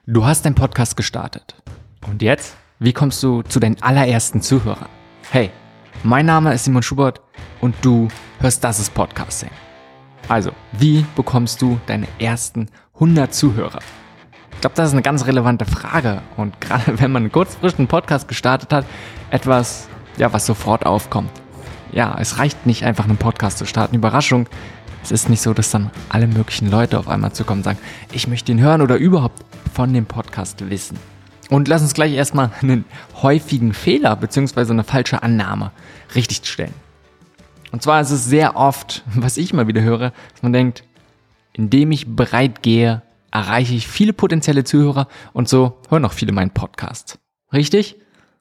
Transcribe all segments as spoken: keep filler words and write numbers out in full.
Du hast deinen Podcast gestartet. Und jetzt? Wie kommst du zu deinen allerersten Zuhörern? Hey, mein Name ist Simon Schubert und du hörst Das ist Podcasting. Also, wie bekommst du deine ersten hundert Zuhörer? Ich glaube, das ist eine ganz relevante Frage und gerade wenn man kurz frisch einen Podcast gestartet hat, etwas, ja, was sofort aufkommt. Ja, es reicht nicht einfach einen Podcast zu starten. Überraschung, es ist nicht so, dass dann alle möglichen Leute auf einmal zu kommen und sagen, ich möchte ihn hören oder überhaupt von dem Podcast wissen. Und lass uns gleich erstmal einen häufigen Fehler bzw. eine falsche Annahme richtigstellen. Und zwar ist es sehr oft, was ich mal wieder höre, dass man denkt, indem ich bereit gehe, erreiche ich viele potenzielle Zuhörer und so hören auch viele meinen Podcast. Richtig?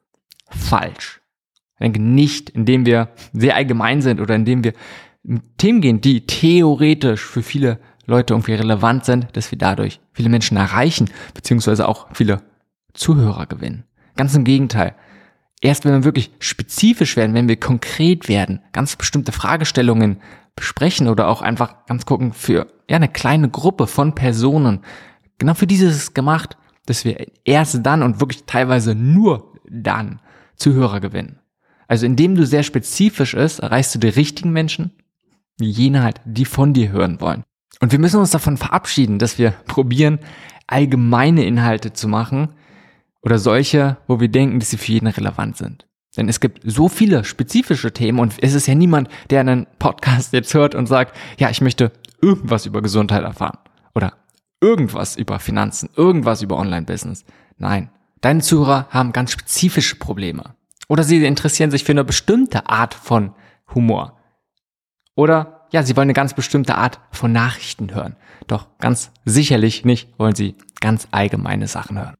Falsch. Ich denke nicht, indem wir sehr allgemein sind oder indem wir mit Themen gehen, die theoretisch für viele Leute irgendwie relevant sind, dass wir dadurch viele Menschen erreichen, beziehungsweise auch viele Zuhörer gewinnen. Ganz im Gegenteil. Erst wenn wir wirklich spezifisch werden, wenn wir konkret werden, ganz bestimmte Fragestellungen besprechen oder auch einfach ganz gucken für ja eine kleine Gruppe von Personen, genau für dieses ist es gemacht, dass wir erst dann und wirklich teilweise nur dann Zuhörer gewinnen. Also indem du sehr spezifisch ist, erreichst du die richtigen Menschen, jene halt, die von dir hören wollen. Und wir müssen uns davon verabschieden, dass wir probieren, allgemeine Inhalte zu machen oder solche, wo wir denken, dass sie für jeden relevant sind. Denn es gibt so viele spezifische Themen und es ist ja niemand, der einen Podcast jetzt hört und sagt, ja, ich möchte irgendwas über Gesundheit erfahren oder irgendwas über Finanzen, irgendwas über Online-Business. Nein, deine Zuhörer haben ganz spezifische Probleme oder sie interessieren sich für eine bestimmte Art von Humor oder ja, sie wollen eine ganz bestimmte Art von Nachrichten hören. Doch ganz sicherlich nicht wollen sie ganz allgemeine Sachen hören.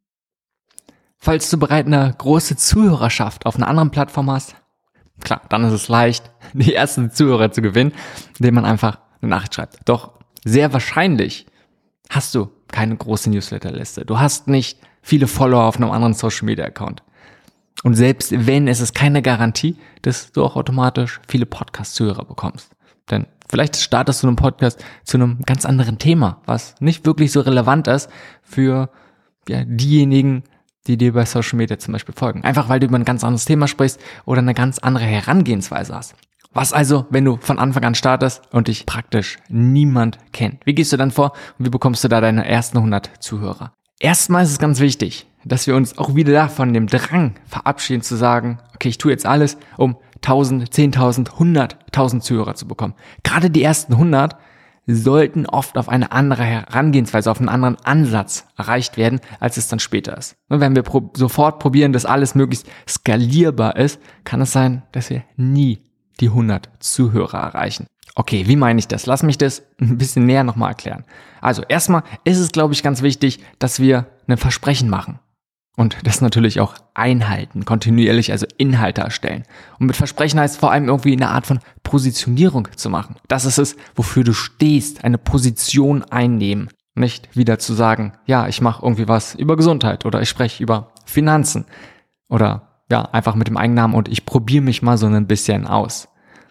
Falls du bereits eine große Zuhörerschaft auf einer anderen Plattform hast, klar, dann ist es leicht, die ersten Zuhörer zu gewinnen, indem man einfach eine Nachricht schreibt. Doch sehr wahrscheinlich hast du keine große Newsletterliste. Du hast nicht viele Follower auf einem anderen Social-Media-Account. Und selbst wenn, ist es keine Garantie, dass du auch automatisch viele Podcast-Zuhörer bekommst. Denn vielleicht startest du einen Podcast zu einem ganz anderen Thema, was nicht wirklich so relevant ist für ja, diejenigen, die dir bei Social Media zum Beispiel folgen. Einfach weil du über ein ganz anderes Thema sprichst oder eine ganz andere Herangehensweise hast. Was also, wenn du von Anfang an startest und dich praktisch niemand kennt? Wie gehst du dann vor und wie bekommst du da deine ersten hundert Zuhörer? Erstmal ist es ganz wichtig, dass wir uns auch wieder von dem Drang verabschieden zu sagen, okay, ich tue jetzt alles, um tausend, zehntausend, hunderttausend Zuhörer zu bekommen. Gerade die ersten hundert sollten oft auf eine andere Herangehensweise, auf einen anderen Ansatz erreicht werden, als es dann später ist. Und wenn wir pro- sofort probieren, dass alles möglichst skalierbar ist, kann es sein, dass wir nie die hundert Zuhörer erreichen. Okay, wie meine ich das? Lass mich das ein bisschen näher nochmal erklären. Also erstmal ist es, glaube ich, ganz wichtig, dass wir ein Versprechen machen. Und das natürlich auch einhalten, kontinuierlich, also Inhalte erstellen. Und mit Versprechen heißt vor allem irgendwie eine Art von Positionierung zu machen. Das ist es, wofür du stehst, eine Position einnehmen. Nicht wieder zu sagen, ja, ich mache irgendwie was über Gesundheit oder ich spreche über Finanzen oder ja, einfach mit dem Eigennamen und ich probiere mich mal so ein bisschen aus.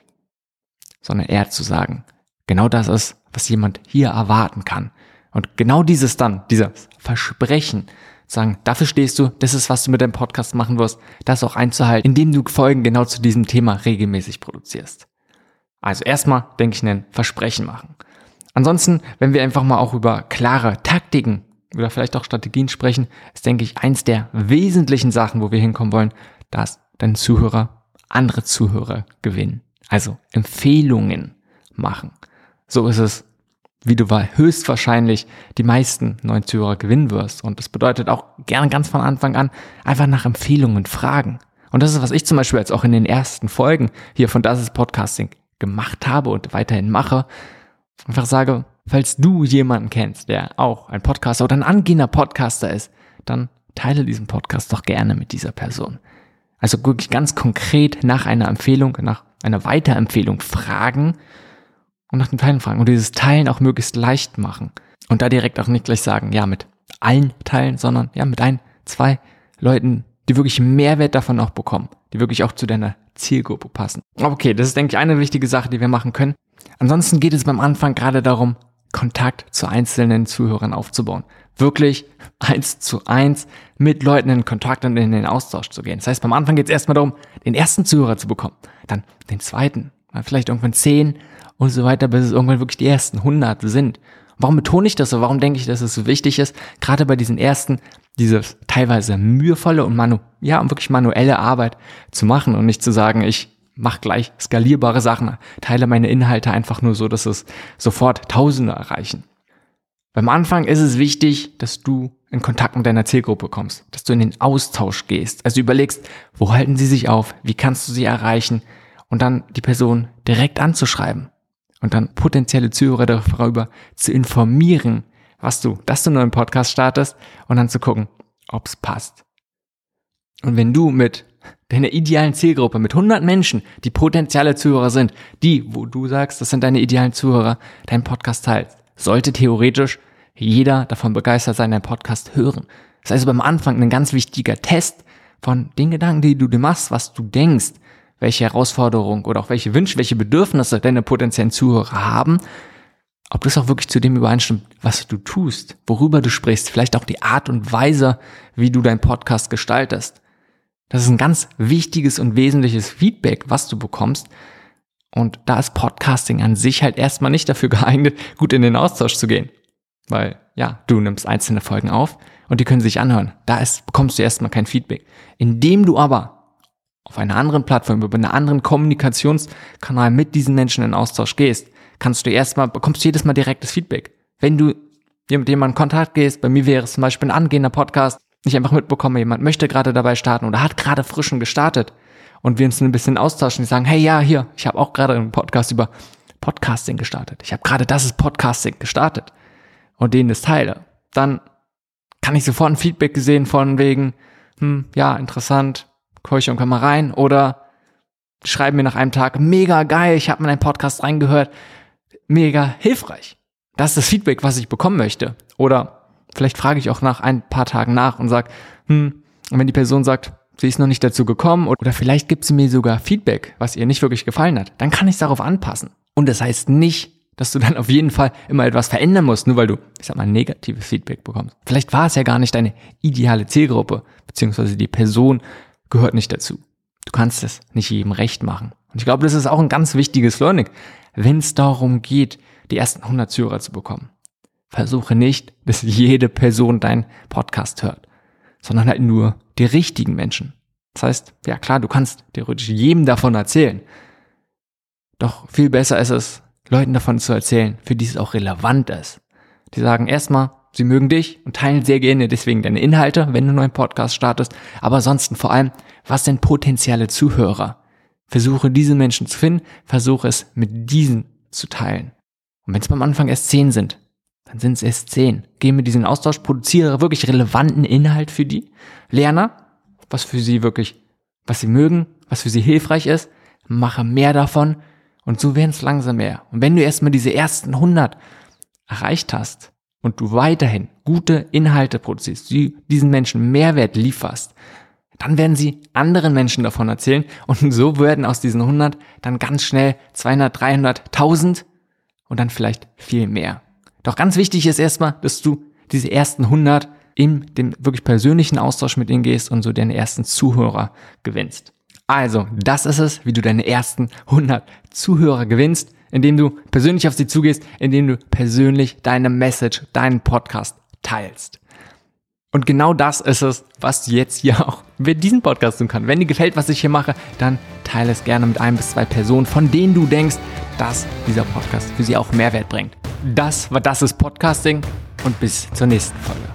Sondern eher zu sagen, genau das ist, was jemand hier erwarten kann. Und genau dieses dann, dieses Versprechen, sagen, dafür stehst du, das ist, was du mit deinem Podcast machen wirst, das auch einzuhalten, indem du Folgen genau zu diesem Thema regelmäßig produzierst. Also erstmal, denke ich, ein Versprechen machen. Ansonsten, wenn wir einfach mal auch über klare Taktiken oder vielleicht auch Strategien sprechen, ist, denke ich, eins der wesentlichen Sachen, wo wir hinkommen wollen, dass deine Zuhörer andere Zuhörer gewinnen. Also Empfehlungen machen. So ist es, wie du höchstwahrscheinlich die meisten neuen Zuhörer gewinnen wirst. Und das bedeutet auch gerne ganz von Anfang an einfach nach Empfehlungen fragen. Und das ist, was ich zum Beispiel jetzt auch in den ersten Folgen hier von Das ist Podcasting gemacht habe und weiterhin mache. Einfach sage, falls du jemanden kennst, der auch ein Podcaster oder ein angehender Podcaster ist, dann teile diesen Podcast doch gerne mit dieser Person. Also wirklich ganz konkret nach einer Empfehlung, nach einer Weiterempfehlung fragen und nach dem Teilen fragen und dieses Teilen auch möglichst leicht machen. Und da direkt auch nicht gleich sagen, ja, mit allen teilen, sondern ja, mit ein, zwei Leuten, die wirklich Mehrwert davon auch bekommen, die wirklich auch zu deiner Zielgruppe passen. Okay, das ist, denke ich, eine wichtige Sache, die wir machen können. Ansonsten geht es beim Anfang gerade darum, Kontakt zu einzelnen Zuhörern aufzubauen. Wirklich eins zu eins mit Leuten in Kontakt und in den Austausch zu gehen. Das heißt, am Anfang geht es erstmal darum, den ersten Zuhörer zu bekommen, dann den zweiten, dann vielleicht irgendwann zehn und so weiter, bis es irgendwann wirklich die ersten hundert sind. Warum betone ich das so? Warum denke ich, dass es so wichtig ist, gerade bei diesen ersten, diese teilweise mühevolle und manu- ja, wirklich manuelle Arbeit zu machen und nicht zu sagen, ich mache gleich skalierbare Sachen, teile meine Inhalte einfach nur so, dass es sofort Tausende erreichen. Beim Anfang ist es wichtig, dass du in Kontakt mit deiner Zielgruppe kommst, dass du in den Austausch gehst, also überlegst, wo halten sie sich auf, wie kannst du sie erreichen und dann die Person direkt anzuschreiben und dann potenzielle Zuhörer darüber zu informieren, was du, dass du einen neuen Podcast startest und dann zu gucken, ob es passt. Und wenn du mit deiner idealen Zielgruppe, mit hundert Menschen, die potenzielle Zuhörer sind, die, wo du sagst, das sind deine idealen Zuhörer, deinen Podcast teilst, sollte theoretisch jeder davon begeistert sein, deinen Podcast hören. Das ist also beim Anfang ein ganz wichtiger Test von den Gedanken, die du dir machst, was du denkst, welche Herausforderungen oder auch welche Wünsche, welche Bedürfnisse deine potenziellen Zuhörer haben, ob das auch wirklich zu dem übereinstimmt, was du tust, worüber du sprichst, vielleicht auch die Art und Weise, wie du deinen Podcast gestaltest. Das ist ein ganz wichtiges und wesentliches Feedback, was du bekommst. Und da ist Podcasting an sich halt erstmal nicht dafür geeignet, gut in den Austausch zu gehen. Weil, ja, du nimmst einzelne Folgen auf und die können sich anhören. Da ist, bekommst du erstmal kein Feedback. Indem du aber auf einer anderen Plattform, über einen anderen Kommunikationskanal mit diesen Menschen in Austausch gehst, kannst du erstmal, bekommst du jedes Mal direktes Feedback. Wenn du mit jemandem in Kontakt gehst, bei mir wäre es zum Beispiel ein angehender Podcast, ich einfach mitbekomme, jemand möchte gerade dabei starten oder hat gerade frischen gestartet und wir uns ein bisschen austauschen, die sagen, hey, ja, hier, ich habe auch gerade einen Podcast über Podcasting gestartet. Ich habe gerade das ist Podcasting gestartet und denen das teile. Dann kann ich sofort ein Feedback sehen von wegen, hm, ja, interessant, höre ich irgendwann mal rein oder schreiben mir nach einem Tag, mega geil, ich habe in einen Podcast reingehört, mega hilfreich. Das ist das Feedback, was ich bekommen möchte. Oder vielleicht frage ich auch nach ein paar Tagen nach und sage, hm, und wenn die Person sagt, sie ist noch nicht dazu gekommen oder vielleicht gibt sie mir sogar Feedback, was ihr nicht wirklich gefallen hat, dann kann ich es darauf anpassen. Und das heißt nicht, dass du dann auf jeden Fall immer etwas verändern musst, nur weil du, ich sag mal, negatives Feedback bekommst. Vielleicht war es ja gar nicht deine ideale Zielgruppe, beziehungsweise die Person gehört nicht dazu. Du kannst es nicht jedem recht machen. Und ich glaube, das ist auch ein ganz wichtiges Learning, wenn es darum geht, die ersten hundert Zuhörer zu bekommen. Versuche nicht, dass jede Person deinen Podcast hört, sondern halt nur die richtigen Menschen. Das heißt, ja klar, du kannst theoretisch jedem davon erzählen. Doch viel besser ist es, Leuten davon zu erzählen, für die es auch relevant ist. Die sagen erstmal, sie mögen dich und teilen sehr gerne deswegen deine Inhalte, wenn du einen neuen Podcast startest. Aber ansonsten vor allem, was sind potenzielle Zuhörer? Versuche diese Menschen zu finden, versuche es mit diesen zu teilen. Und wenn es beim Anfang erst zehn sind, dann sind es erst zehn. Geh mit diesem Austausch, produziere wirklich relevanten Inhalt für die. Lerne, was für sie wirklich, was sie mögen, was für sie hilfreich ist. Mache mehr davon und so werden es langsam mehr. Und wenn du erstmal diese ersten hundert erreicht hast und du weiterhin gute Inhalte produzierst, die diesen Menschen Mehrwert lieferst, dann werden sie anderen Menschen davon erzählen und so werden aus diesen hundert dann ganz schnell zweihundert, dreihundert, tausend und dann vielleicht viel mehr. Doch ganz wichtig ist erstmal, dass du diese ersten hundert in dem wirklich persönlichen Austausch mit ihnen gehst und so deine ersten Zuhörer gewinnst. Also, das ist es, wie du deine ersten hundert Zuhörer gewinnst, indem du persönlich auf sie zugehst, indem du persönlich deine Message, deinen Podcast teilst. Und genau das ist es, was du jetzt hier auch mit diesem Podcast tun kannst. Wenn dir gefällt, was ich hier mache, dann teile es gerne mit ein bis zwei Personen, von denen du denkst, dass dieser Podcast für sie auch Mehrwert bringt. Das war Das ist Podcasting und bis zur nächsten Folge.